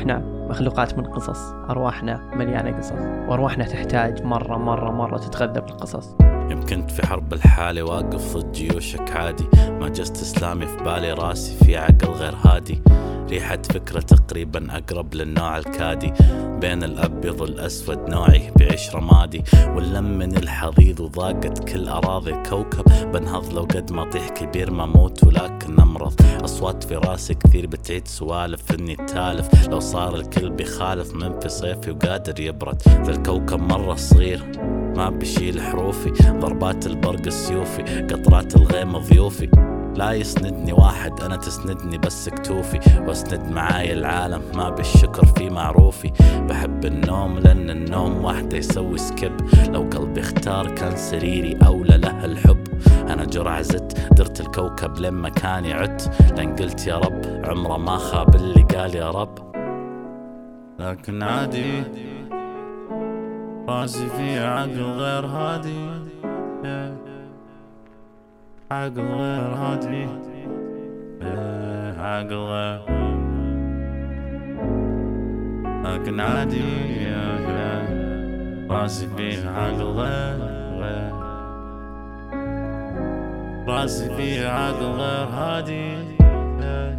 إحنا مخلوقات من قصص، أرواحنا مليانة قصص، وأرواحنا تحتاج مرة تتغذى بالقصص. يمكن في حرب الحالة واقف ضد جيوشك عادي، ما جست إسلامي في بالي، راسي في عقل غير هادي، ريحة فكرة تقريبا أقرب للنوع الكادي، بين الأبيض والأسود نوعي بعيش رمادي، واللم من الحضيض وضاقت كل أراضي الكوكب، بنهض لو قد ما طيح كبير ما موت ولكن أمرض، أصوات في راسي كثير بتعيد سوالف إني تالف، لو صار الكل بيخالف من في صيفي وقادر يبرد، ذا الكوكب مرة صغير ما بشيل حروفي، ضربات البرق سيوفي، قطرات الغيم ضيوفي، لا يسندني واحد أنا تسندني بس كتوفي، واسند معاي العالم ما بالشكر في معروفي، بحب النوم لأن النوم واحدة يسوي سكيب، لو قلبي اختار كان سريري أولى له الحب، أنا جرع زدت درت الكوكب لما كاني عدت، لأن قلت يا رب عمره ما خاب اللي قال يا رب، لكن عادي راسي في عقل غير هادي، عقل غير هادي، عقل غير، لكن عادي راسي في عقل غير، راسي في عقل غير هادي.